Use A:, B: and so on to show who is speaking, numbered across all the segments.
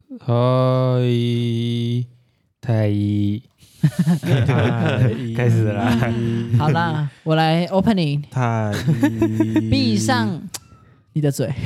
A: 太医开始了啦。
B: 好啦，我来 opening，
C: 太
B: 闭上你的嘴，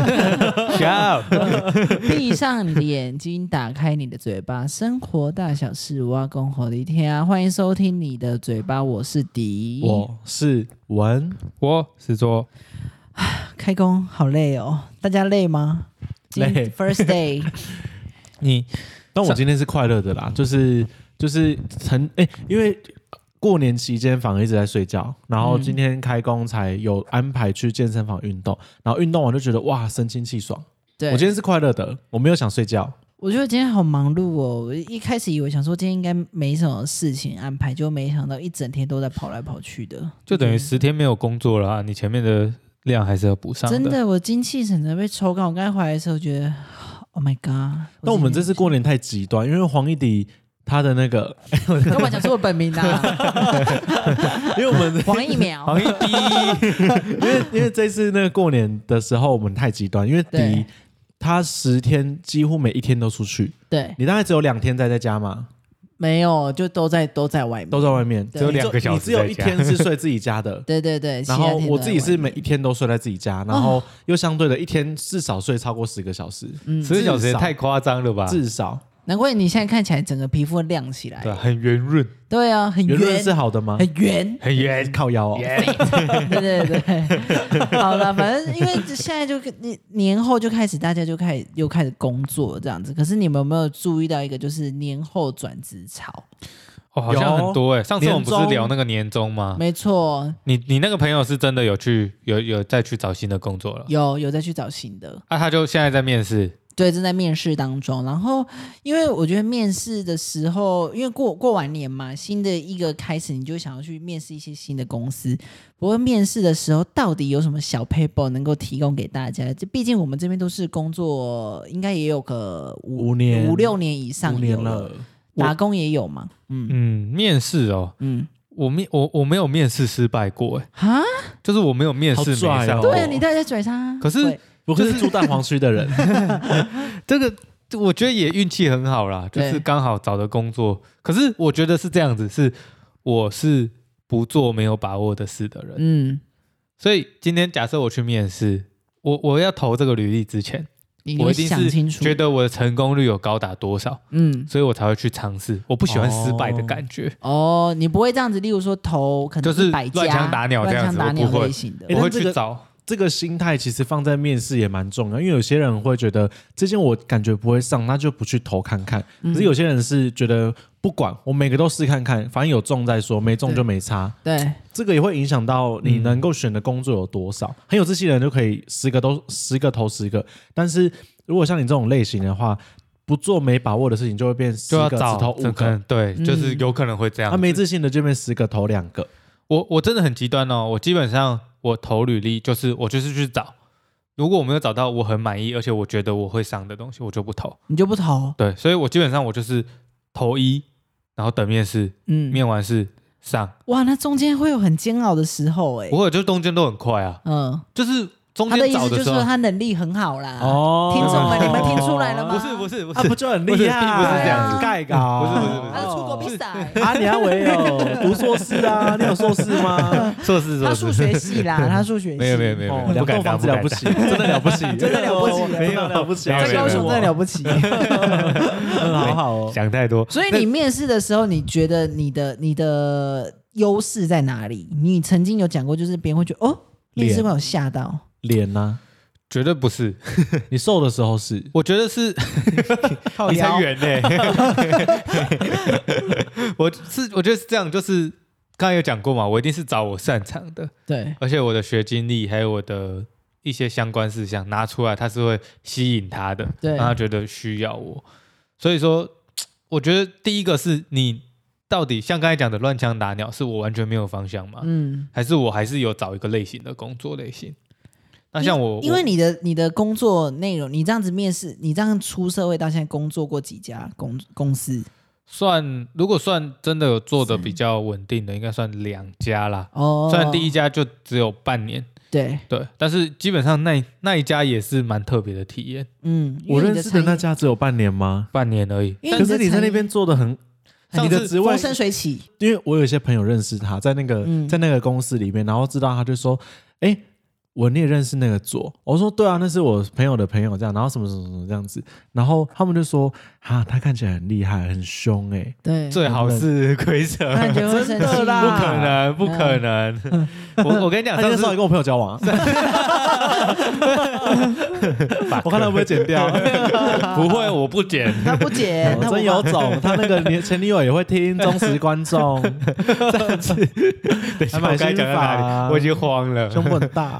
B: 闭上你的眼睛，打开你的嘴巴，生活大小事，我讲给你听。欢迎收听你的嘴巴，我是迪，
C: 我是文，
A: 我是卓。
B: 开工好累哦，大家累吗？
C: 累
B: ，First day，
C: 但我今天是快乐的啦，就是因为过年期间反而一直在睡觉，然后今天开工才有安排去健身房运动，然后运动完就觉得哇神清气爽。
B: 对，
C: 我今天是快乐的，我没有想睡觉。
B: 我觉得今天好忙碌哦，我一开始以为想说今天应该没什么事情安排，就没想到一整天都在跑来跑去的，
A: 就等于10天没有工作了啊，你前面的量还是要补上的。
B: 真的，我精气神的被抽干。我刚才回来的时候觉得 ，Oh my god！
C: 但我们这次过年太极端，因为黄一迪他的那个，
B: 干嘛讲出我本名啊？
C: 因为我们
B: 黄一苗，
A: 黄一迪，
C: 因为这次那个过年的时候我们太极端，因为迪他10天几乎每一天都出去，
B: 对，
C: 你大概只有2天在家吗？
B: 没有，就都在外面，
C: 都在外面，
B: 对
A: 只有2个小时，
C: 你只有1天是睡自己家的，
B: 对对对。
C: 然后我自己是每
B: 一
C: 一天都睡在自己家，然后又相对的1天至少睡超过10个小时
A: 10个小时也太夸张了吧？
C: 至少。
B: 难怪你现在看起来整个皮肤亮起来，
A: 对，很圆润。
B: 对啊，很
C: 圆润
B: 圆，
C: 是好的吗？
B: 很圆，
A: 很圆，
C: 靠腰哦。
B: 对对对。好了，反正因为现在就年后就开始，大家就又开始工作这样子。可是你们有没有注意到一个，就是年后转职潮？
A: 哦，好像很多上次我们不是
C: 年终
A: 聊那个年终吗？
B: 没错，
A: 你那个朋友是真的有再去找新的工作了？
B: 有再去找新的。
A: 啊，他就现在在面试。
B: 对，正在面试当中。然后，因为我觉得面试的时候，因为过完年嘛，新的一个开始，你就想要去面试一些新的公司。不过面试的时候，到底有什么小 paper 能够提供给大家？这毕竟我们这边都是工作，应该也有个
C: 5年、
B: 5、6年以上
C: 5年了，
B: 打工也有嘛。
A: 面试哦，我没有面试失败过
B: 哈，
A: 就是我没有面试没上。
B: 对啊，你大家拽他。
A: 可是
C: 不是住蛋黄区的人，
A: 这个我觉得也运气很好啦，就是刚好找的工作。可是我觉得是这样子，我是不做没有把握的事的人。所以今天假设我去面试，我要投这个履历之前，我一定是觉得我的成功率有高达多少，所以我才会去尝试。我不喜欢失败的感觉。
B: 哦，你不会这样子，例如说投可能
A: 就是
B: 100家
A: 乱枪打鸟这样子，我不会
B: 类型的。
A: 我会去找。
C: 这个心态其实放在面试也蛮重要，因为有些人会觉得这件我感觉不会上，那就不去投看看。可是有些人是觉得不管我每个都试看看，反正有中再说，没中就没差。
B: 对，
C: 这个也会影响到你能够选的工作有多少。很有自信的人就可以10个投10个，但是如果像你这种类型的话，不做没把握的事情，就会变10个只投5个。
A: 对，就是有可能会这样。
C: 他没自信的就变10个投2个。
A: 我真的很极端哦，我基本上我投履历我就是去找，如果我没有找到我很满意而且我觉得我会上的东西，我就不投。
B: 你就不投？
A: 对，所以我基本上我就是投1，然后等面试，面完试上。
B: 哇，那中间会有很煎熬的时候
A: 不会，就是中间都很快啊。就是中间找的时候，
B: 他的意思就是说他能力很好啦。听众们，你们听出来了吗？
A: 不是，
C: 不就很厉害？
A: 并不是这样子，
C: 盖稿，
A: 不是，
B: 他是出国比赛
C: 啊，你还唯有读硕士啊？你有硕士吗？
A: 硕士，
B: 他数学系啦，他数学系。
A: 没有，
C: 2栋房子了不起，真的了不起，
B: 真的了不起，
C: 没有了不起，
B: 在高雄真的了不起，
C: 好好哦，
A: 想太多。
B: 所以你面试的时候，你觉得你的优势在哪里？你曾经有讲过，就是别人会觉得哦，面试会有吓到
C: 脸呢？
A: 绝对不是，
C: 你瘦的时候是，
A: 我觉得是你才圆呢。我觉得是这样，就是刚才有讲过嘛，我一定是找我擅长的，
B: 对，
A: 而且我的学经历还有我的一些相关事项拿出来，他是会吸引他的，
B: 对，
A: 让他觉得需要我。所以说，我觉得第一个是你到底像刚才讲的乱枪打鸟，是我完全没有方向吗？还是我还是有找一个类型的工作类型？那像
B: 因为你的工作内容，你这样子面试，你这样出社会到现在工作过几家公司？
A: 如果算真的有做的比较稳定的，应该算2家啦。
B: 哦，
A: 虽然第一家就只有半年，
B: 对，
A: 但是基本上那一家也是蛮特别的体验。
C: 我认识的那家只有半年吗？
A: 半年而已。
C: 可是你在那边做的很，你的职位
B: 风生水起。
C: 因为我有一些朋友认识他，在那个公司里面，然后知道他就说，哎。你也认识那个左？我说对啊，那是我朋友的朋友这样，然后什么什么什么这样子，然后他们就说他看起来很厉害，很凶
B: 对，
A: 最好是亏扯，
B: 真的
A: 啦，不可能。我跟你讲，
C: 他那时候也跟我朋友交往，我看他会不会剪掉？
A: 不会，我不剪，
B: 他不剪，
C: 真有种。他那个前女友也会听，忠实观众。
A: 上次，等一下我该讲到哪里？我已经慌了，
C: 胸部很大。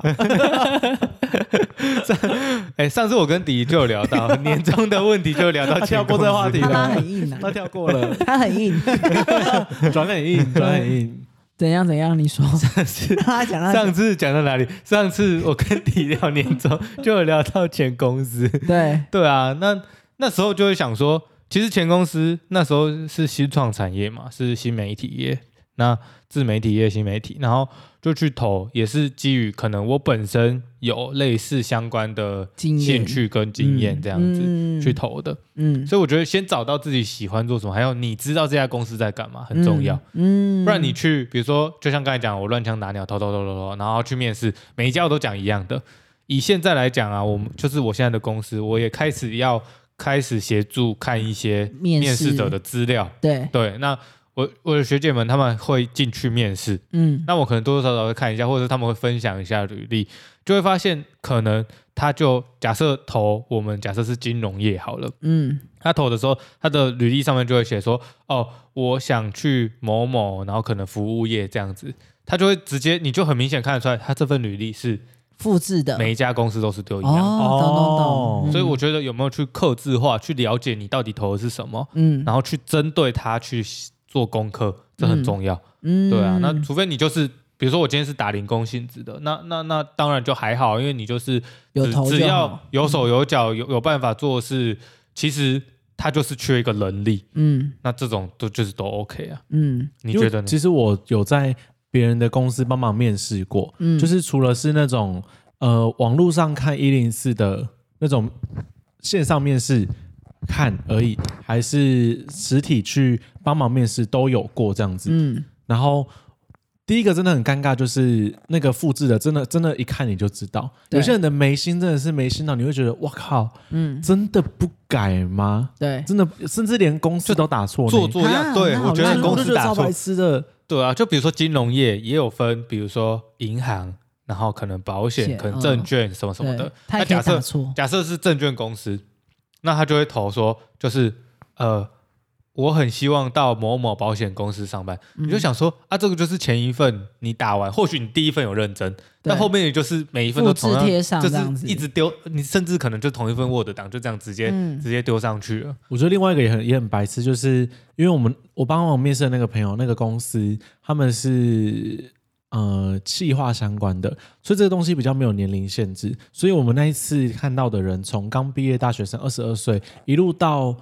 A: 上次我跟迪就有聊到年终的问题，就聊到
C: 跳过这个话题了，
B: 他很硬啊，
C: 他跳过了，
B: 他很硬，
C: 转很硬。
B: 怎样？你说
A: 上次讲到哪里？上次我跟迪聊年终，就有聊到前公司。对啊，那时候就会想说，其实前公司那时候是新创产业嘛，是新媒体业，那自媒体业、新媒体，然后就去投，也是基于可能我本身有类似相关的兴趣跟经验这样子去投的。所以我觉得先找到自己喜欢做什么，还有你知道这家公司在干嘛很重要。不然你去，比如说就像刚才讲，我乱枪打鸟，投，然后去面试，每一家我都讲一样的。以现在来讲啊，就是我现在的公司，我也开始协助看一些面试者的资料。对，那我的学姐们他们会进去面试，那我可能多多少少会看一下，或者他们会分享一下履历，就会发现可能他就假设是金融业好了，他投的时候，他的履历上面就会写说，我想去某某，然后可能服务业这样子，他就会直接你就很明显看得出来，他这份履历是
B: 复制的，
A: 每一家公司都是丢一样的。
B: 懂。
A: 所以我觉得有没有去客制化，去了解你到底投的是什么，然后去针对它去做功课，这很重要。对啊，那除非你就是比如说我今天是打零工性质的，那当然就还好，因为你就是只要有手有脚有办法做事，其实他就是缺一个能力。那这种就是都 OK 啊。你觉得呢？
C: 其实我有在别人的公司帮忙面试过，就是除了是那种网络上看104的那种线上面试看而已，还是实体去帮忙面试都有过这样子。然后第一个真的很尴尬，就是那个复制的真的一看你就知道，有些人的眉心真的是眉心到你会觉得哇靠，真的不改吗？
B: 对，
C: 真的甚至连公司都打错，
A: 做样。对，我觉得公司打错，
C: 白痴的。
A: 对啊，就比如说金融业也有分，比如说银行，然后可能保险，可能证券什么什么的。
B: 那
A: 假设是证券公司，那他就会投说，就是我很希望到某某保险公司上班。你就想说啊，这个就是前一份你打完，或许你第一份有认真，但后面也就是每一份都同样
B: 贴上，
A: 就是一直丢，你甚至可能就同一份 Word 档就这样直接丢上去了。
C: 我觉得另外一个也很白痴，就是因为我帮忙面试的那个朋友，那个公司他们是企划相关的，所以这个东西比较没有年龄限制，所以我们那一次看到的人，从刚毕业大学生22岁一路到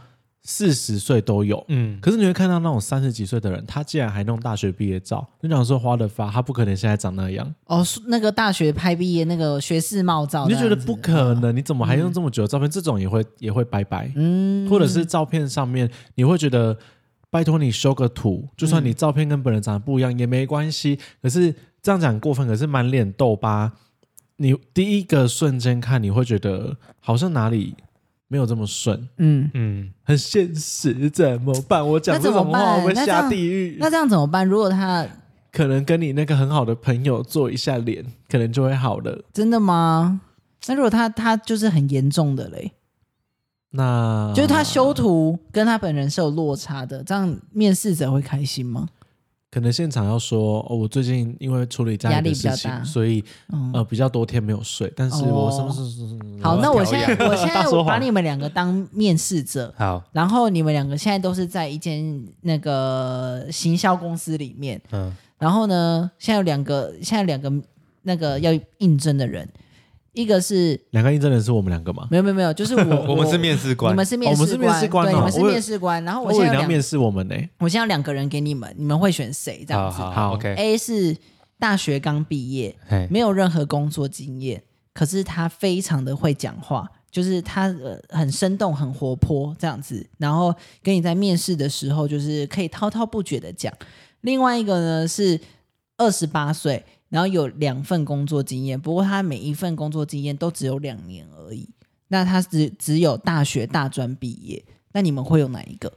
C: 40岁都有。可是你会看到那种30几岁的人，他竟然还弄大学毕业照，就想说花的发，他不可能现在长那样。
B: 那个大学拍毕业那个学士帽照，
C: 你就觉得不可能，你怎么还用这么久的照片？这种也会拜拜。或者是照片上面你会觉得拜托你修个图，就算你照片跟本人长得不一样也没关系。可是这样讲过分，可是满脸痘疤，你第一个瞬间看你会觉得好像哪里没有这么顺。很现实，怎么办？我讲这种话会下地狱。
B: 那这样怎么办？如果他
C: 可能跟你那个很好的朋友做一下脸，可能就会好了。
B: 真的吗？那如果他就是很严重的嘞？
C: 那
B: 就是他修图跟他本人是有落差的，这样面试者会开心吗？
C: 可能现场要说我最近因为处理家里的事情，所以比较多天没有睡，但是我什么
B: 好，那我现在把你们两个当面试者，
A: 好，
B: 然后你们两个现在都是在一间那个行销公司里面，然后呢，现在有两个那个要应征的人。一个是
C: 两个应征人是我们两个吗？
B: 没有，就是我
A: 们是面试官，
B: 你们是面试官，对，你们是面试官。然后我现在
C: 要面试我们呢，
B: 我现在有2个人给你们，你们会选谁？这样子。
A: 好 ，OK。
B: A 是大学刚毕业，没有任何工作经验，可是他非常的会讲话，就是他很生动很活泼这样子，然后跟你在面试的时候就是可以滔滔不绝的讲。另外一个呢是28岁，然后有2份工作经验，不过他每一份工作经验都只有2年而已，那他只有大学大专毕业，那你们会有哪一个？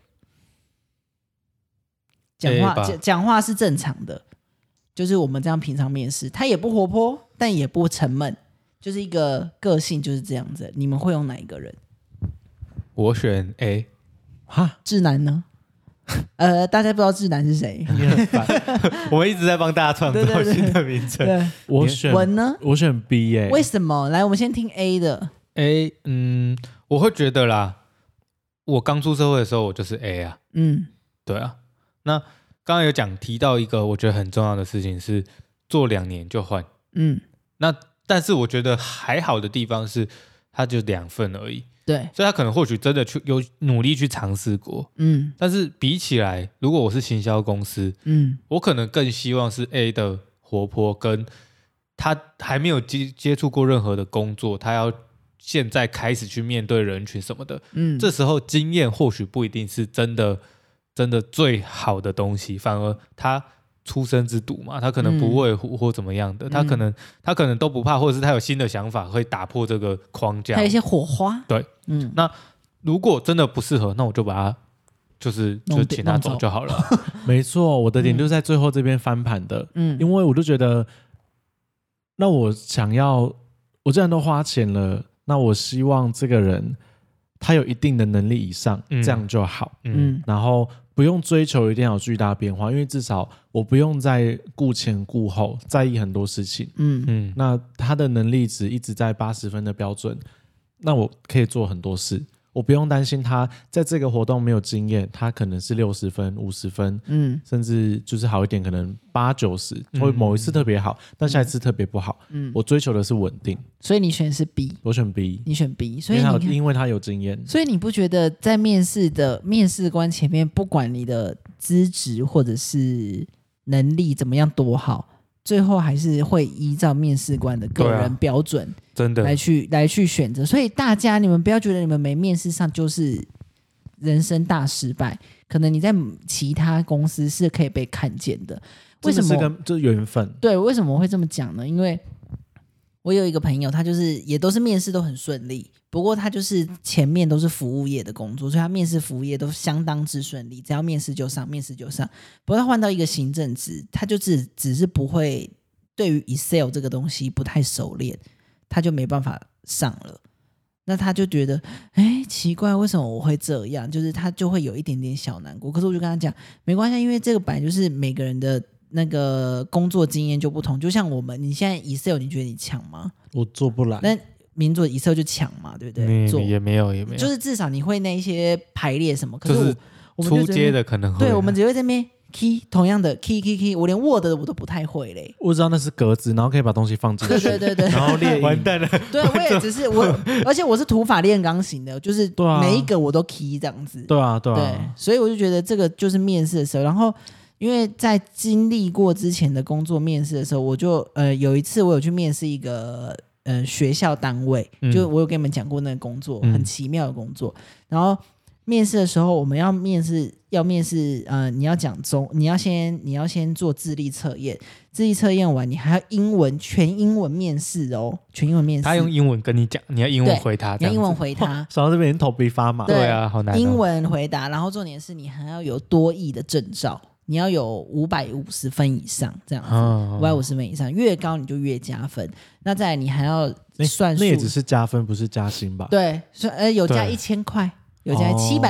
B: 讲话是正常的，就是我们这样平常面试，他也不活泼，但也不沉闷，就是一个个性就是这样子。你们会用哪一个人？
A: 我选 A。
B: 智男呢？大家不知道智男是谁？
C: 你很烦
A: 我们一直在帮大家创造新的名称。
B: 对，
C: 我选
B: 文呢？
C: 我选 B 耶。
B: 为什么？来，我们先听 A 的。
A: A， 我会觉得啦，我刚出社会的时候我就是 A 啊。对啊。那刚刚有提到一个我觉得很重要的事情是做2年就换。那但是我觉得还好的地方是他就2份而已。
B: 对，
A: 所以他可能或许真的有努力去尝试过。但是比起来，如果我是行销公司，我可能更希望是 A 的活泼，跟他还没有接触过任何的工作，他要现在开始去面对人群什么的。这时候经验或许不一定是真的最好的东西，反而他出生之犊嘛，他可能不畏虎或怎么样的，他可能都不怕，或者是他有新的想法会打破这个框架，
B: 还有一些火花。
A: 对，那如果真的不适合，那我就把他就请他走就好了。
C: 没错，我的点就在最后这边翻盘的。因为我就觉得，那我既然都花钱了，那我希望这个人他有一定的能力以上，这样就好。然后不用追求一定要有巨大变化，因为至少我不用再顾前顾后，在意很多事情。那他的能力值一直在80分的标准，那我可以做很多事，我不用担心他在这个活动没有经验，他可能是60分、50分，甚至就是好一点，可能80、90，或某一次特别好，但下一次特别不好。我追求的是稳定，
B: 所以你选的是 B，
C: 我选 B，
B: 你选 B， 所以
C: 因为他有经验。
B: 所以你不觉得在面试官前面，不管你的资质或者是能力怎么样多好，最后还是会依照面试官的个人标准，
A: 真的
B: 来去选择。所以大家你们不要觉得你们没面试上就是人生大失败，可能你在其他公司是可以被看见的。为什么？
C: 这缘分。
B: 对，为什么我会这么讲呢？因为我有一个朋友，他就是也都是面试都很顺利，不过他就是前面都是服务业的工作，所以他面试服务业都相当之顺利，只要面试就上，面试就上。不过他换到一个行政职，他就只是不会对于 Excel 这个东西不太熟练，他就没办法上了。那他就觉得，奇怪，为什么我会这样？就是他就会有一点点小难过。可是我就跟他讲，没关系，因为这个本来就是每个人的那个工作经验就不同。就像你现在 Excel 你觉得你强吗？
C: 我做不来。
B: 那民做 Excel 就强嘛，对不对？
A: 也没有，
B: 就是至少你会那一些排列什么。可是我们
A: 出街的可能会，
B: 对，我们只会在那边 key 同样的 key， 我连 Word 我都不太会嘞。
C: 我知道那是格子，然后可以把东西放进去，
B: 对，
C: 然后列
A: 完蛋了。
B: 对，我也只是而且我是土法炼钢型的，就是每一个我都 key 这样子。
C: 对啊，
B: 对，所以我就觉得这个就是面试的时候，然后。因为在经历过之前的工作面试的时候，我就有一次我有去面试一个学校单位，就我有跟你们讲过那个工作，很奇妙的工作。然后面试的时候，我们要面试你要讲你要先做智力测验，智力测验完你还要全英文面试哦，全英文面试。
A: 他用英文跟你讲，你要英文回他，
B: 你要英文回他。
C: 想到这边头皮发麻。
A: 对啊，好难。
B: 英文回答，然后重点是你还要有多益的证照。你要有550分以上这样子，550分以上，越高你就越加分。那再来你还要算数，
C: 那也只是加分，不是加薪吧？
B: 对，有加1000块，有加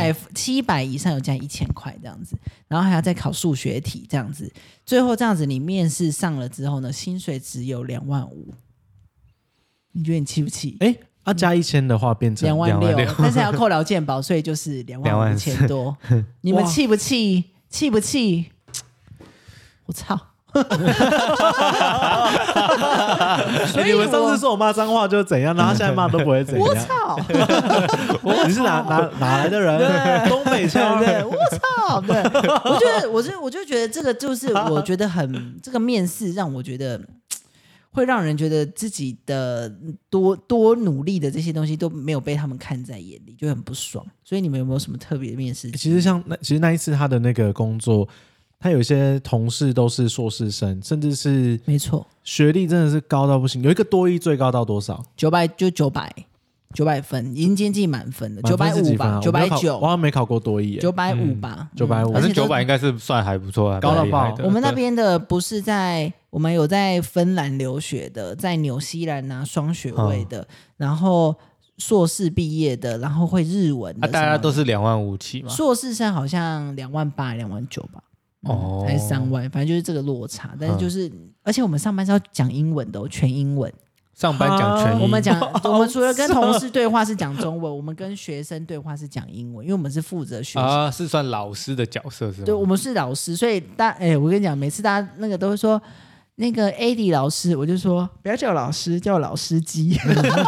B: 700以上，有加1000块这样子，然后还要再考数学题这样子。最后这样子你面试上了之后呢，薪水只有2万5，你觉得你气不气？
C: 加1000的话变成
B: 2万6，但是还要扣劳健保，所以就是2万5千多。你们气不气？气不气？我操！
C: 你们上次说我骂脏话就怎样，然后现在骂都不会怎样。
B: 我操！
C: 你是哪来的人？东北腔。
B: 对，我操！对，我就觉得这个就是我觉得很这个面试让我觉得会让人觉得自己的多努力的这些东西都没有被他们看在眼里，就很不爽。所以你们有没有什么特别的面试？
C: 其实那一次他的那个工作，他有一些同事都是硕士生，甚至是
B: 没错，
C: 学历真的是高到不行。有一个多益最高到多少
B: ？900分，已经接近满分了，950吧，990，
C: 我好像没考过多益
B: ，950吧
C: ，950，
A: 反正900应该是算还不错，
C: 高到爆。
B: 我们那边的不是我们有在芬兰留学的，在纽西兰拿双学位的，然后硕士毕业的，然后会日文的，
A: 大家都是2万5起嘛。
B: 硕士生好像2万8、2万9吧，还是3万，反正就是这个落差。但是就是，而且我们上班是要讲英文的，全英文。
A: 上班讲全英，
B: 我们除了跟同事对话是讲中文，我们跟学生对话是讲英文，因为我们是负责学习
A: 是算老师的角色是吗？
B: 对，我们是老师，所以我跟你讲，每次大家那个都会说那个 AD 老师，我就说不要叫我老师，叫我老司机。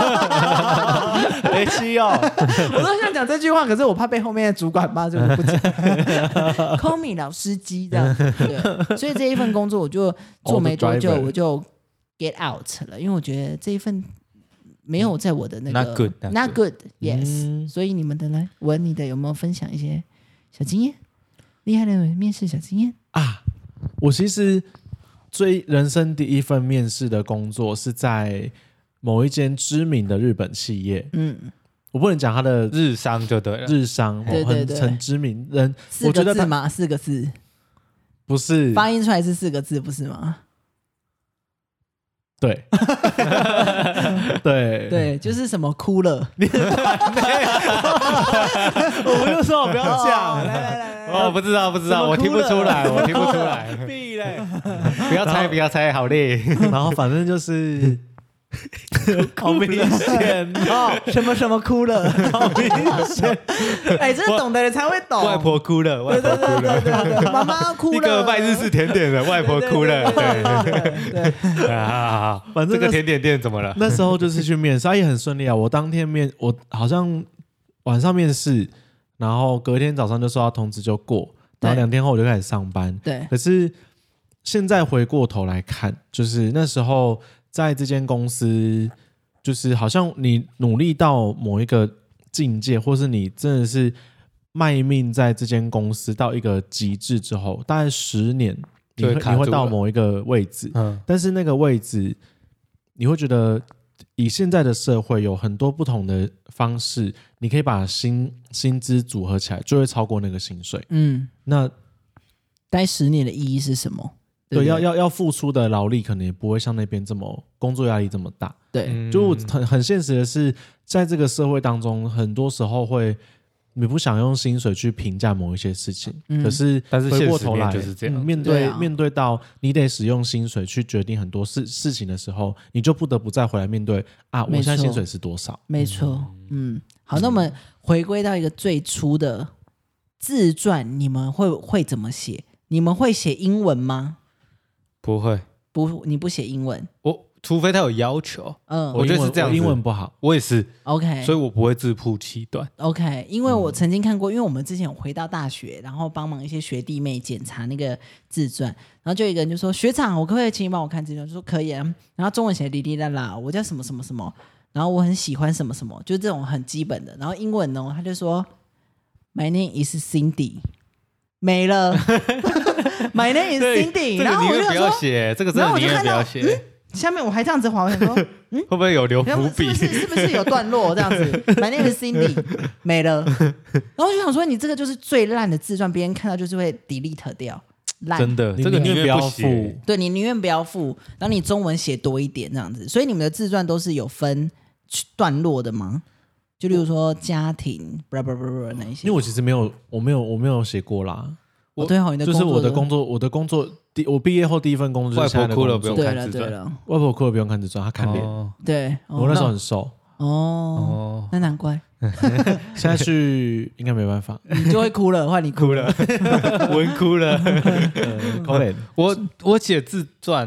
C: 七哦，
B: 我都想讲这句话，可是我怕被后面的主管骂，所以我不讲。Call me 老司机这样子，对，所以这一份工作我就做没多久，我就get out 了，因为我觉得这一份没有在我的那个 not good yes，所以你们的来文你的有没有分享一些小经验，厉害的面试小经验
C: 啊？我其实人生第一份面试的工作是在某一间知名的日本企业，我不能讲他的
A: 日商就对了，
C: 日商很知名人
B: ，4个字吗？4个字，
C: 不是
B: 发音出来是4个字，不是吗？
C: 对
B: 对，就是什么哭了，
C: 我们就说我不要讲，
A: 来，不知道，我听不出来，
C: 屁嘞，
A: 不要猜，好累。
C: 然后反正就是好明显
B: 什么哭了，
C: 好明显。
B: 这是懂的人才会懂。
A: 外婆哭了，
B: 对，妈妈哭了。
A: 一个卖日式甜点的外婆哭了，对。反正这个甜点店怎么了？
C: 那时候就是去面试，也很顺利啊。我当天我好像晚上面试，然后隔天早上就收到通知就过，然后2天后我就开始上班。
B: 对。
C: 可是现在回过头来看，就是那时候在这间公司，就是好像你努力到某一个境界，或是你真的是卖命在这间公司到一个极致之后，大概10年你会到某一个位置，但是那个位置你会觉得以现在的社会有很多不同的方式，你可以把薪资组合起来，就会超过那个薪水。那
B: 待10年的意义是什么？
C: 对，要付出的劳力可能也不会像那边这么工作压力这么大。
B: 对，
C: 就很现实的是，在这个社会当中，很多时候你不想用薪水去评价某一些事情，但是回过头来
A: 就是这样，
C: 面对到你得使用薪水去决定很多事情的时候，你就不得不再回来面对我现在薪水是多少？
B: 没错，好，那我们回归到一个最初的自传，你们会怎么写？你们会写英文吗？
A: 不会，
B: 你不写英文，
A: 除非他有要求。我觉得是这样子。
C: 英文不好，
A: 我也是。
B: OK，
A: 所以我不会自曝其短。
B: OK， 因为我曾经看过，因为我们之前有回到大学，然后帮忙一些学弟妹检查那个自传，然后就有一个人就说：“学长，我可不可以请你帮我看自传？”就说可以啊。然后中文写哩哩啦啦，我叫什么什么什么，然后我很喜欢什么什么，就是这种很基本的。然后英文呢，他就说 ：“My name is Cindy。”没了，My name is Cindy。然后我就
A: 不要写这个，真的你也不要写。
B: 下面我还这样子滑，我想说，
A: 会不会有留伏笔？
B: 是不是有段落这样子？My name is Cindy， 没了。然后就想说，你这个就是最烂的自传，别人看到就是会 delete 掉。烂，
A: 真的，这个宁愿不要付。
B: 对，你宁愿不要付，然后你中文写多一点这样子。所以你们的自传都是有分段落的吗？就例如说家庭那一些。
C: 因为我其实我没有写过啦。
B: 对哦，你的
C: 就是我的工作，我毕业后第一份工作就是
A: 外婆哭了不用看自传。
C: 外婆哭了不用看自传，她看脸。
B: 对，
C: 我那时候很瘦。
B: 那难怪。
C: 现在去应该没办法，
B: 你就会哭了，换你哭了，
A: 文哭了。
C: 可怜。
A: 我写自传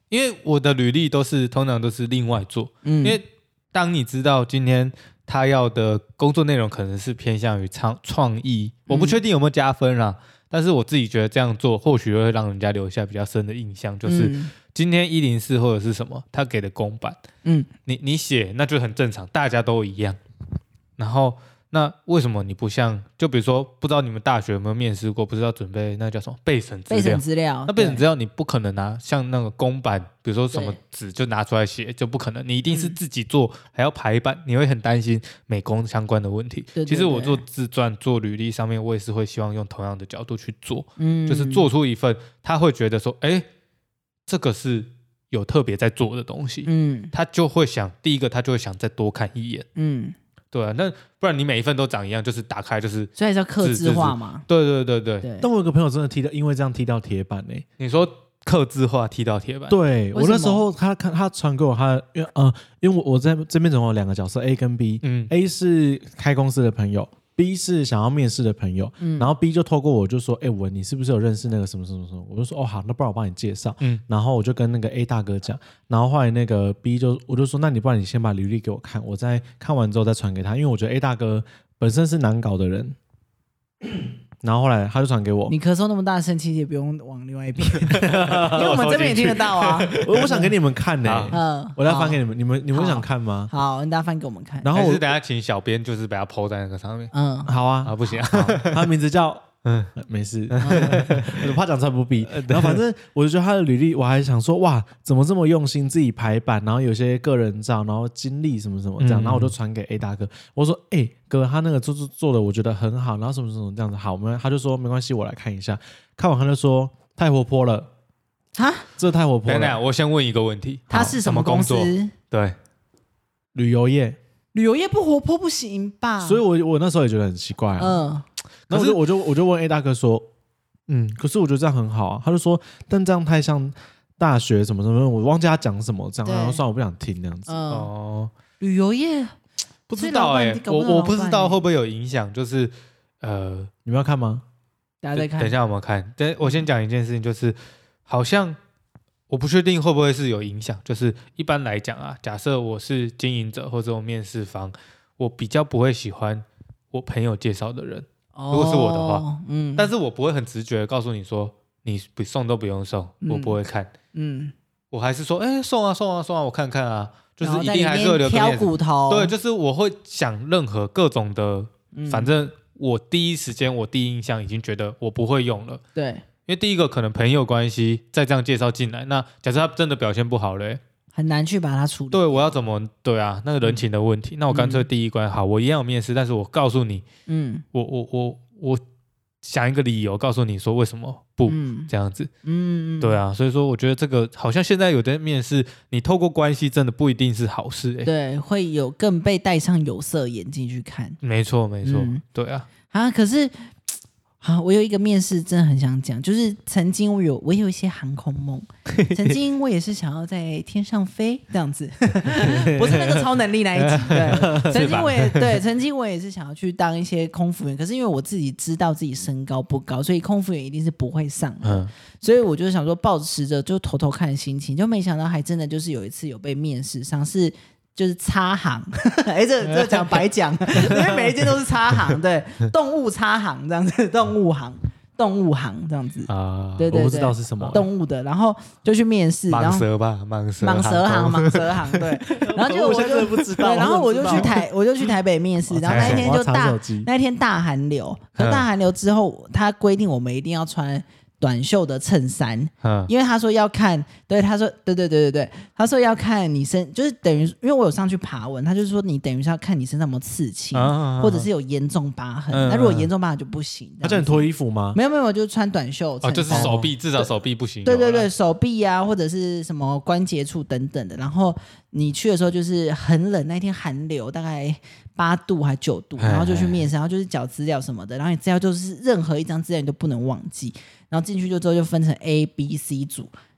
A: 因为我的履历通常都是另外做，因为当你知道今天他要的工作内容可能是偏向于创意，我不确定有没有加分啦，但是我自己觉得这样做或许会让人家留下比较深的印象，就是今天104或者是什么他给的公版，你写那就很正常，大家都一样，然后那为什么你不像，就比如说不知道你们大学有没有面试过，不是要准备那叫什么备审资料，那备审资料你不可能拿像那个公版，比如说什么纸就拿出来写，就不可能，你一定是自己做，还要排版，你会很担心美工相关的问题。其实我做自传做履历上面，我也是会希望用同样的角度去做，就是做出一份他会觉得说这个是有特别在做的东西，他就会想，第一个他就会想再多看一眼，对啊，那不然你每一份都长一样，就是打开就是，
B: 所以叫客制化嘛。
A: 对。
C: 但我有个朋友真的因为这样踢到铁板欸。
A: 你说客制化踢到铁板？
C: 对，我那时候他传给我因为我在这边总共有2个角色 A 跟 B，A 是开公司的朋友，B 是想要面试的朋友，然后 B 就透过我就说，文你是不是有认识那个什么什么什么？我就说好，那不然我帮你介绍，然后我就跟那个 A 大哥讲，然后后来那个 B 我就说，那你不然你先把履历给我看，我再看完之后再传给他，因为我觉得 A 大哥本身是难搞的人。然后后来他就传给我，
B: 你咳嗽那么大声，其实也不用往另外一边，因为我们这边也听得到啊。
C: 我想给你们看呢，我再翻给你们，你们想看吗？
B: 好，你大家翻给我们看。
A: 然后我是等下请小编就是把它 po 在那个上面。
C: 好啊，
A: 不行，
C: 他名字叫没事，我怕讲错不必。然后反正我就觉得他的履历，我还想说哇，怎么这么用心，自己排版，然后有些个人照，然后经历什么什么这样，然后我就传给 A 大哥，我说哥，他那个做的我觉得很好，然后什么什么这样子好，他就说没关系，我来看一下。看完他就说太活泼了啊，这太活泼了。
A: 等等，我先问一个问题，
B: 他是什么公司？
A: 对，
C: 旅游业。
B: 旅游业不活泼不行吧？
C: 所以我那时候也觉得很奇怪啊。然后我就问 A 大哥说，可是我觉得这样很好啊。他就说，但这样太像大学什么什么，我忘记他讲什么这样，然后算了，我不想听那样子。
B: 旅游业
A: 不知道我不知道会不会有影响，就是
C: 你们要看吗？
B: 大家在看，
A: 等一下我们看。我先讲一件事情，就是好像我不确定会不会是有影响，就是一般来讲啊，假设我是经营者或者我面试方，我比较不会喜欢我朋友介绍的人。如果是我的话，但是我不会很直觉的告诉你说，你送都不用送，我不会看，我还是说，送啊，我看看啊，就是一定还是会留个面子，
B: 挑骨头，
A: 对，就是我会想任何各种的，反正我第一时间我第一印象已经觉得我不会用了，
B: 对，
A: 因为第一个可能朋友关系再这样介绍进来，那假设他真的表现不好了，
B: 很难去把它处理。
A: 对，我要怎么对啊？那个人情的问题，那我干脆第一关好，我一样有面试，但是我告诉你，我想一个理由告诉你说为什么不这样子，对啊，所以说我觉得这个好像现在有的面试，你透过关系真的不一定是好事，
B: 对，会有更被戴上有色眼镜去看，
A: 没错，对啊，
B: 可是。好，我有一个面试真的很想讲，就是曾经我有一些航空梦，曾经我也是想要在天上飞这样子，不是那个超能力那一集，对，曾经我也是想要去当一些空服员，可是因为我自己知道自己身高不高，所以空服员一定是不会上的，所以我就想说抱持着就偷偷看的心情，就没想到还真的就是有一次有被面试上是。就是擦行，这讲白讲，因为每一件都是擦行，对，动物擦行这样子，动物行这样子啊，对，
C: 我不知道是什么
B: 动物的，然后就去面试，
A: 蟒蛇吧，蟒
B: 蛇行，对，然后就我就
C: 不知道，
B: 然后我就去台北面试，然后那一天大寒流，可大寒流之后，他规定我们一定要穿。短袖的衬衫，因为他说要看，对，他说对，他说要看你就是等于，因为我有上去爬文，他就说你等于是要看你身上有没有刺青，或者是有严重疤痕，那如果严重疤痕就不行。
C: 他叫你脱衣服吗？
B: 没有，就穿短袖衬衫，
A: 就是手臂，至少手臂不行。
B: 对，手臂啊，或者是什么关节处等等的。然后你去的时候就是很冷，那天寒流大概8度还9度，然后就去面试，然后就是缴资料什么的，然后你资料就是任何一张资料你都不能忘记。然后进去之后就分成 A、B、C 组，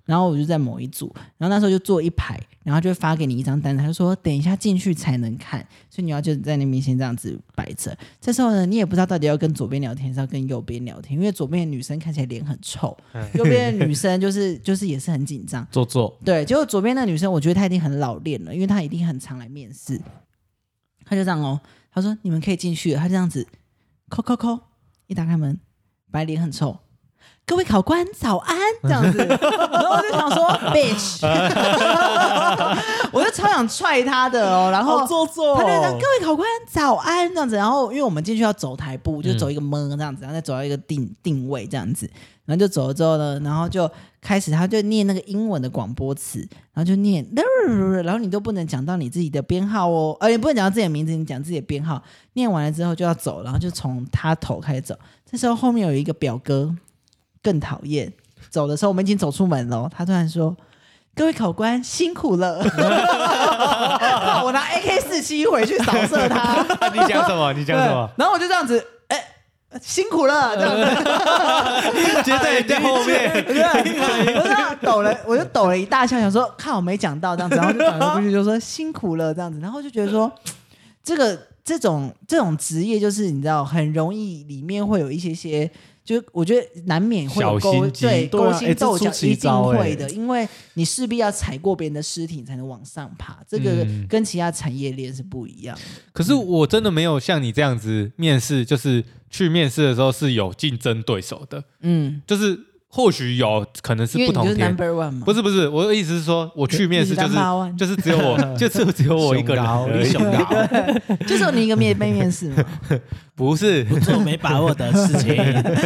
B: 然后我就在某一组，然后那时候就坐一排，然后就会发给你一张单子，他就说等一下进去才能看，所以你要就在那边先这样子摆着。这时候呢，你也不知道到底要跟左边聊天还是要跟右边聊天，因为左边的女生看起来脸很臭，右边的女生就是也是很紧张，
C: 做作。
B: 对，结果左边那女生，我觉得她一定很老练了，因为她一定很常来面试。她就这样哦，她说你们可以进去了，她就这样子，扣，一打开门，白脸很臭。各位考官早安，这样子，然后我就想说 bitch， 我就超想踹他的哦，然后
C: 做作，
B: 他就讲各位考官早安这样子，然后因为我们进去要走台步，就走一个这样子，然后再走到一个定位这样子，然后就走了之后呢，然后就开始他就念那个英文的广播词，然后就念，然后你都不能讲到你自己的编号哦，也不能讲到自己的名字，你讲自己的编号，念完了之后就要走，然后就从他头开始走，这时候后面有一个表哥。更讨厌，走的时候我们已经走出门了，他突然说：“各位考官辛苦了。”我拿 AK47 回去扫射他。
A: 你讲什么？
B: 然后我就这样子，辛苦了，这样子，
A: 接在人家后面，
B: 我就抖了一大笑，想说看我没讲到这样子，然后就转过去就说辛苦了这样子，然后就觉得说这种职业就是你知道很容易里面会有一些。就我觉得难免会有勾心斗角，一定会的，因为你势必要踩过别人的尸体才能往上爬，这个跟其他产业链是不一样的。
A: 可是我真的没有像你这样子面试，就是去面试的时候是有竞争对手的，就是或许有可能是不同天，
B: 因为你就是 number one 嘛。
A: 不是，我的意思是说，我去面试就是只有我，只有我一个人而已，
B: 就是有你一个被面试嘛。
A: 不是
C: 不做没把握的事情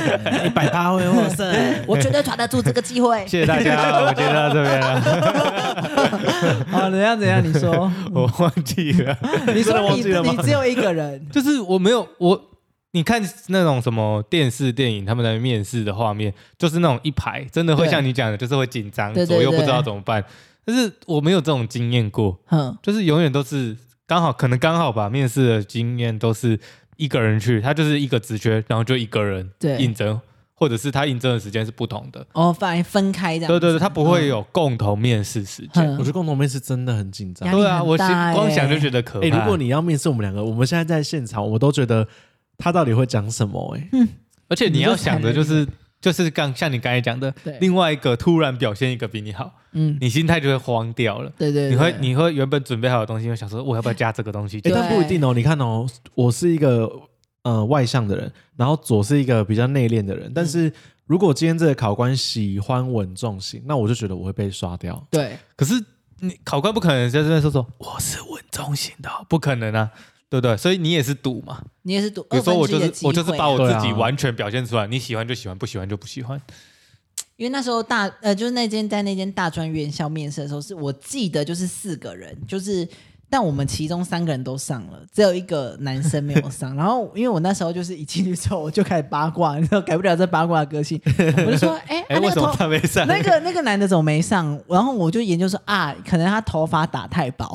C: ，180会获胜，
B: 我绝对抓得住这个机会。
A: 谢谢大家，我今天到这边了。
B: 好，怎样？你说，
A: 我忘记了。
B: 你说你只有一个人，
A: 就是我没有你看那种什么电视电影，他们在面试的画面，就是那种一排，真的会像你讲的，就是会紧张，左右不知道怎么办。但是我没有这种经验过，就是永远都是可能刚好吧。面试的经验都是一个人去，他就是一个职缺，然后就一个人应征，或者是他应征的时间是不同的。
B: 反而分开这样。
A: 对，他不会有共同面试时间。
C: 我觉得共同面试真的很紧张。
A: 对啊，我光想就觉得可怕。
C: 如果你要面试我们两个，我们现在在现场，我们都觉得。他到底会讲什么？
A: 而且你要想的就是像你刚才讲的，另外一个突然表现一个比你好，你心态就会慌掉了。
B: 对，
A: 你会原本准备好的东西，会想说我要不要加这个东西？
C: 但不一定哦。你看哦，我是一个外向的人，然后左是一个比较内敛的人，但是如果今天这个考官喜欢稳重型，那我就觉得我会被刷掉。
B: 对，
A: 可是你考官不可能在这边说我是稳重型的，不可能啊。对不对？所以你也是赌嘛，
B: 你也是赌。
A: 比如说我就是把我自己完全表现出来，你喜欢就喜欢，不喜欢就不喜欢。
B: 因为那时候就是在那间大专院校面试的时候，是我记得就是4个人，但我们其中3个人都上了，只有一个男生没有上。然后因为我那时候就是一进去之后，我就开始八卦，你知道改不了这八卦的个性，我就说，
A: 为什么他没上？
B: 那个男的怎么没上？然后我就研究说可能他头发打太薄，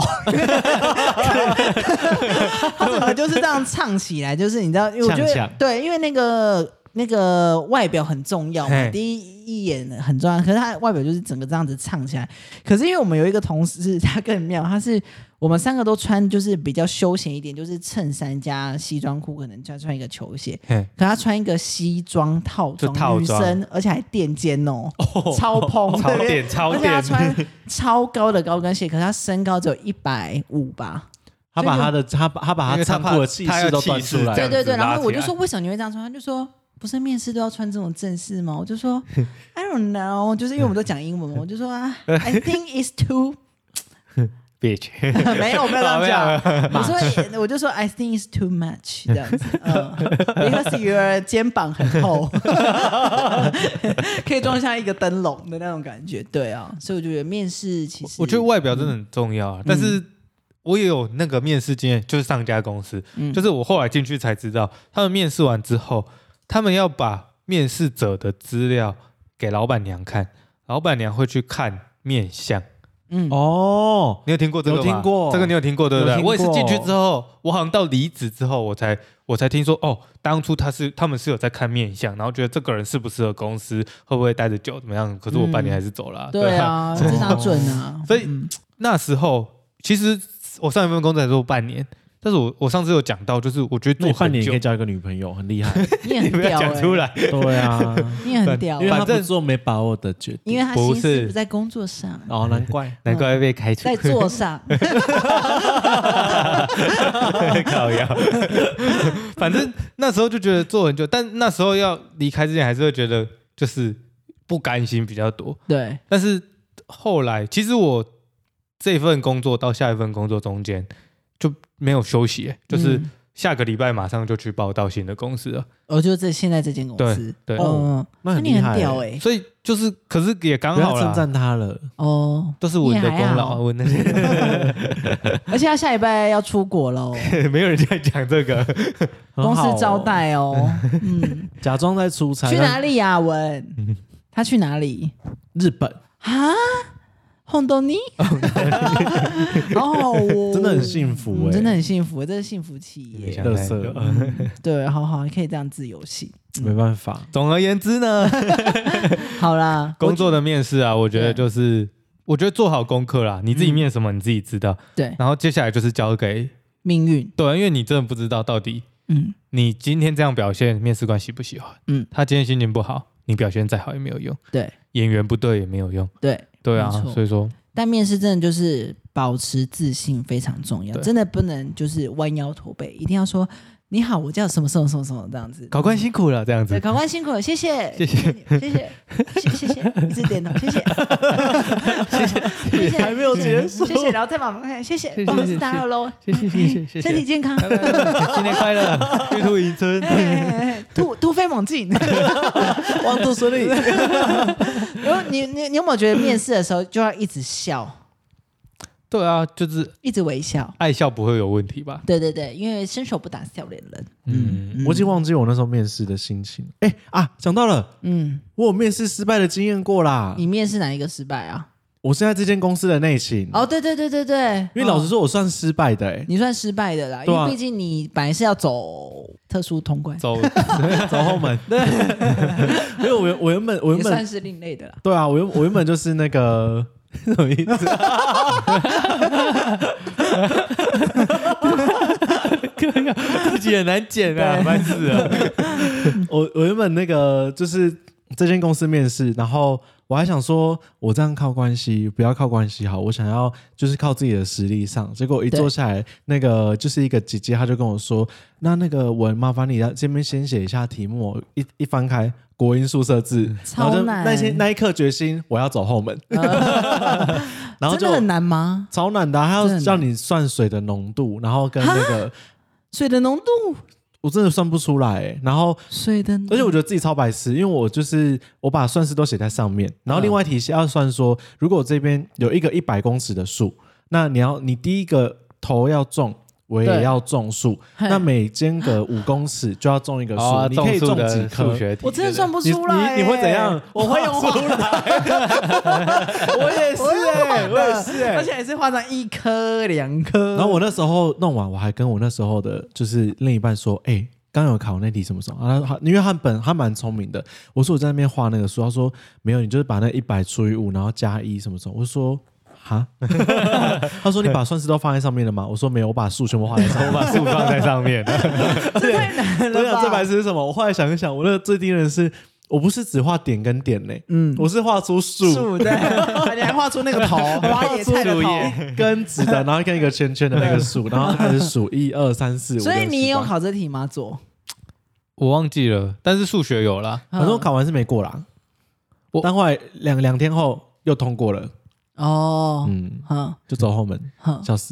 B: 他怎么就是这样唱起来？就是你知道，因为我觉得对，因为那个外表很重要嘛，第一眼很重要，可是他外表就是整个这样子唱起来。可是因为我们有一个同事，他更妙，他是我们3个都穿就是比较休闲一点，就是衬衫加西装裤，可能再穿一个球鞋。可他穿一个西装套装，女生，而且还垫肩哦，超蓬，
A: 超
B: 而且他穿超高的高跟鞋，可是他身高只有150吧。
C: 他把他唱过的气势都端出来。
B: 对，然后我就说为什么你会这样穿？他就说不是面试都要穿这种正式吗？我就说 I don't know， 就是因为我们都讲英文嘛，我就说I think it's too
A: bitch
B: 没有这样讲，我就说 I think it's too much 这样子，because your 肩膀很厚，可以装下一个灯笼的那种感觉。对啊，所以我觉得面试其实
A: 我觉得外表真的很重要啊，但是我也有那个面试经验，就是上家公司，就是我后来进去才知道，他们面试完之后，他们要把面试者的资料给老板娘看，老板娘会去看面相，
C: 哦，
A: 你有听过这个吗？
C: 有听过
A: 这个，你有听过对不对？我也是进去之后，我好像到离职之后，我才听说哦，当初他们是有在看面相，然后觉得这个人适不适合公司，会不会待得久怎么样？可是我半年还是走了。
B: 对啊，这哪准啊？
A: 所以那时候其实我上一份工作才做半年。但是我上次有讲到，就是我觉得做
C: 半年也可以交一个女朋友，很厉害。
B: 你也很屌，
A: 不要讲出来。
C: 对啊，
B: 你也很屌，
C: 因为他不做没把握的决定，
B: 因为他心思不在工作上。
C: 哦，难怪
A: 会被开除。
B: 在做上。
A: 靠腰。反正那时候就觉得做很久，但那时候要离开之前，还是会觉得就是不甘心比较多。
B: 对。
A: 但是后来，其实我这份工作到下一份工作中间。就没有休息，就是下个礼拜马上就去报到新的公司了。
B: 就现在这间公司。
A: 对，
C: 那很
B: 厉害，你很屌
A: 所以就是，可是也刚好啦，
C: 称赞他了
A: 都是我的功劳，我那些。
B: 而且他下礼拜要出国喽，
A: 没有人在讲这个，
B: 公司招待哦，
C: 假装在出差。
B: 去哪里啊？文，他去哪里？
C: 日本
B: 啊？红豆泥，好好哦，
C: 真的很幸福
B: 真的很幸福，这是幸福企业。
C: 乐色，
B: 对，好，可以这样自由性，
C: 没办法。
A: 总而言之呢，
B: 好啦，
A: 工作的面试啊，我觉得就是，我觉得做好功课啦，你自己面什么你自己知道，
B: 对，
A: 然后接下来就是交给
B: 命运，
A: 对，因为你真的不知道到底，你今天这样表现，面试官喜不喜欢？他今天心情不好，你表现再好也没有用，
B: 对，
A: 演员不对也没有用，对啊，所以说，
B: 但面试真的就是保持自信非常重要，真的不能就是弯腰驼背，一定要说你好，我叫什么这样子。
A: 考官辛苦了，这样子。
B: 对，考官辛苦了，谢谢，谢谢，一直点头，谢谢，
C: 还没有结束，
B: 谢谢，然后再把我们看，谢谢，不好意思打扰喽，谢谢，身体健康，
A: 新年快乐，玉兔迎春，
B: 突飞猛进，
C: 望度顺利。
B: 然后你有没有觉得面试的时候就要一直笑？
A: 对啊，就是
B: 一直微笑，
A: 爱笑不会有问题吧？
B: 对，因为伸手不打笑脸人。
C: 我已经忘记我那时候面试的心情。想到了，我有面试失败的经验过啦。
B: 你面试哪一个失败啊？
C: 我现在这间公司的内勤。
B: 哦，对，
C: 因为老实说，我算失败的。
B: 你算失败的啦，因为毕竟你本来是要走特殊通关，
C: 走后门。对，因为我原本
B: 也算是另类的啦。
C: 对啊，我原本就是那个。什么意思？
A: 自己很难剪啊，烦死了。
C: 我原本那个就是这间公司面试，然后我还想说，我这样靠关系，不要靠关系好，我想要就是靠自己的实力上。结果一坐下来，那个就是一个姐姐，她就跟我说：“那个文，麻烦你这边先写一下题目。”一翻开。国英数设字，
B: 超难。
C: 那一刻决心，我要走后门。然后就
B: 真的很难吗？
C: 超难的，还要叫你算水的浓度，然后跟那个
B: 水的浓度，
C: 我真的算不出来。然后
B: 水的，
C: 而且我觉得自己超白痴，因为我把算式都写在上面，然后另外一题是要算说，如果这边有一个100公尺的树，那你第一个头要种。我也要种树，那每间隔5公尺就要种一个树，你可以种几棵？
B: 我真的算不出来，
C: 你会怎样？
B: 我会用画出来，
C: 我也是
B: 而且也是画成1颗2颗。
C: 然后我那时候弄完，我还跟我那时候的就是另一半说，刚有考那题什么时候？因为他蛮聪明的，我说我在那边画那个树，他说没有，你就是把那100除以5，然后加1什么时候？我说。他说你把算式都放在上面了吗？我说没有，我把数全部画在上面，
A: 我把数放在上面。
B: 这太难了吧？
C: 我想这白痴是什么？我后来想一想，我那个最低人是，我不是只画点跟点呢，我是画出树，
B: 对，你还画出那个头，花野菜的头，
C: 跟直的，然后跟一个圈圈的那个树，然后开始数1、2、3、4、5。
B: 所以你也有考这题吗？做？
A: 我忘记了，但是数学有啦。
C: 反正我考完是没过啦，但后来两天后又通过了。就走后门，笑死。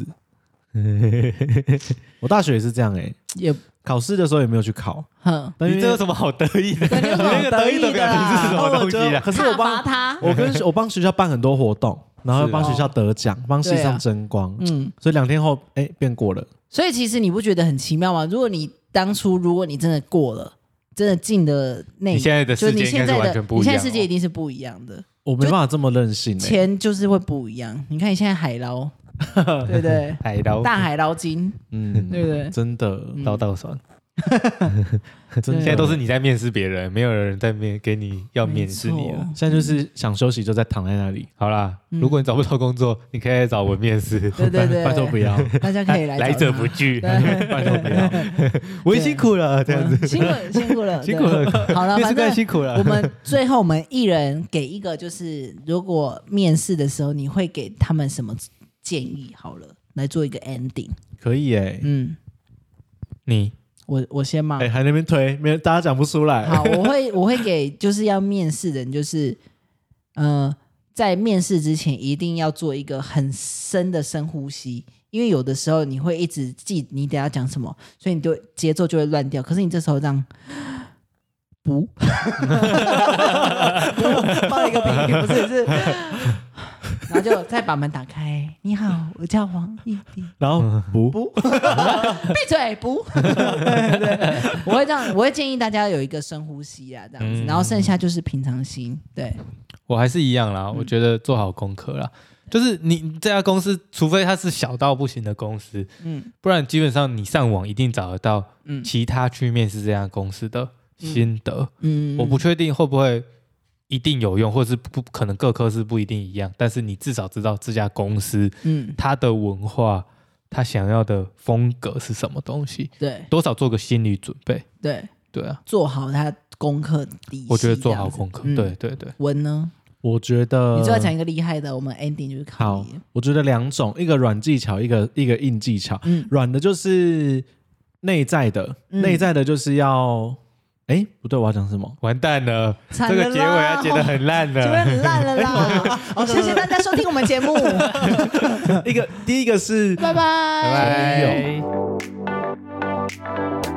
C: 我大学也是这样也考试的时候也没有去考。
A: 你这有什么好得意的？你那个得意的表情是什么东西啊？
C: 可是我帮学校办很多活动，然后帮学校得奖，帮系上争光。所以2天后变过了。
B: 所以其实你不觉得很奇妙吗？如果你真的过了，真的进的那，
A: 你现在的世界应该是完全不一样。
B: 你现在世界一定是不一样的。
C: 我没办法这么任性，
B: 钱就是会不一样。你看你现在海捞，对不对？
A: 海捞
B: 大海捞金，对不对？
C: 真的
A: 捞到爽。
C: 现
A: 在都是你在面试别人，没有人在给你要面试你了。
C: 现在就是想休息就在躺在那里。
A: 好啦，如果你找不到工作，你可以来找我面试。
B: 对对对，
C: 拜托不要，
B: 大家可以来
A: 者不拒。
C: 拜托不要，
A: 我也辛苦了，这样子
B: 辛苦了。好了，反正
A: 辛苦了。
B: 我们最后我们一人给一个，就是如果面试的时候，你会给他们什么建议？好了，来做一个 ending。
C: 可以耶，
B: 我先嘛，
C: 还那边推，没大家讲不出来。
B: 好，我会给就是要面试的人，就是在面试之前一定要做一个很深的深呼吸，因为有的时候你会一直记你等一下讲什么，所以你就节奏就会乱掉。可是你这时候这样不放一个比喻，不是。然后就再把门打开。你好，我叫黄奕迪。
C: 然后不，
B: 闭嘴不。对，我会这样，我会建议大家有一个深呼吸啊，这样子，然后剩下就是平常心。对，
A: 我还是一样啦，我觉得做好功课啦。就是你这家公司，除非它是小到不行的公司，不然基本上你上网一定找得到其他去面试这家公司的心得。我不确定会不会一定有用，或者是不可能各科室不一定一样，但是你至少知道这家公司它的文化，它想要的风格是什么东西，
B: 对，
A: 多少做个心理准备。对啊，
B: 做好他功课底细，
A: 我觉得做好功课。对。
B: 文呢？
C: 我觉得
B: 你最后讲一个厉害的，我们 ending 就是
C: 好。我觉得两种，一个软技巧，一个硬技巧。软的就是内在的，内在的就是要。不对，我要讲什么？
A: 完蛋了，这个结尾要剪得很烂了，
B: 结尾很烂了啦。好，谢谢大家收听我们节目。
C: 第一个是
B: 拜拜。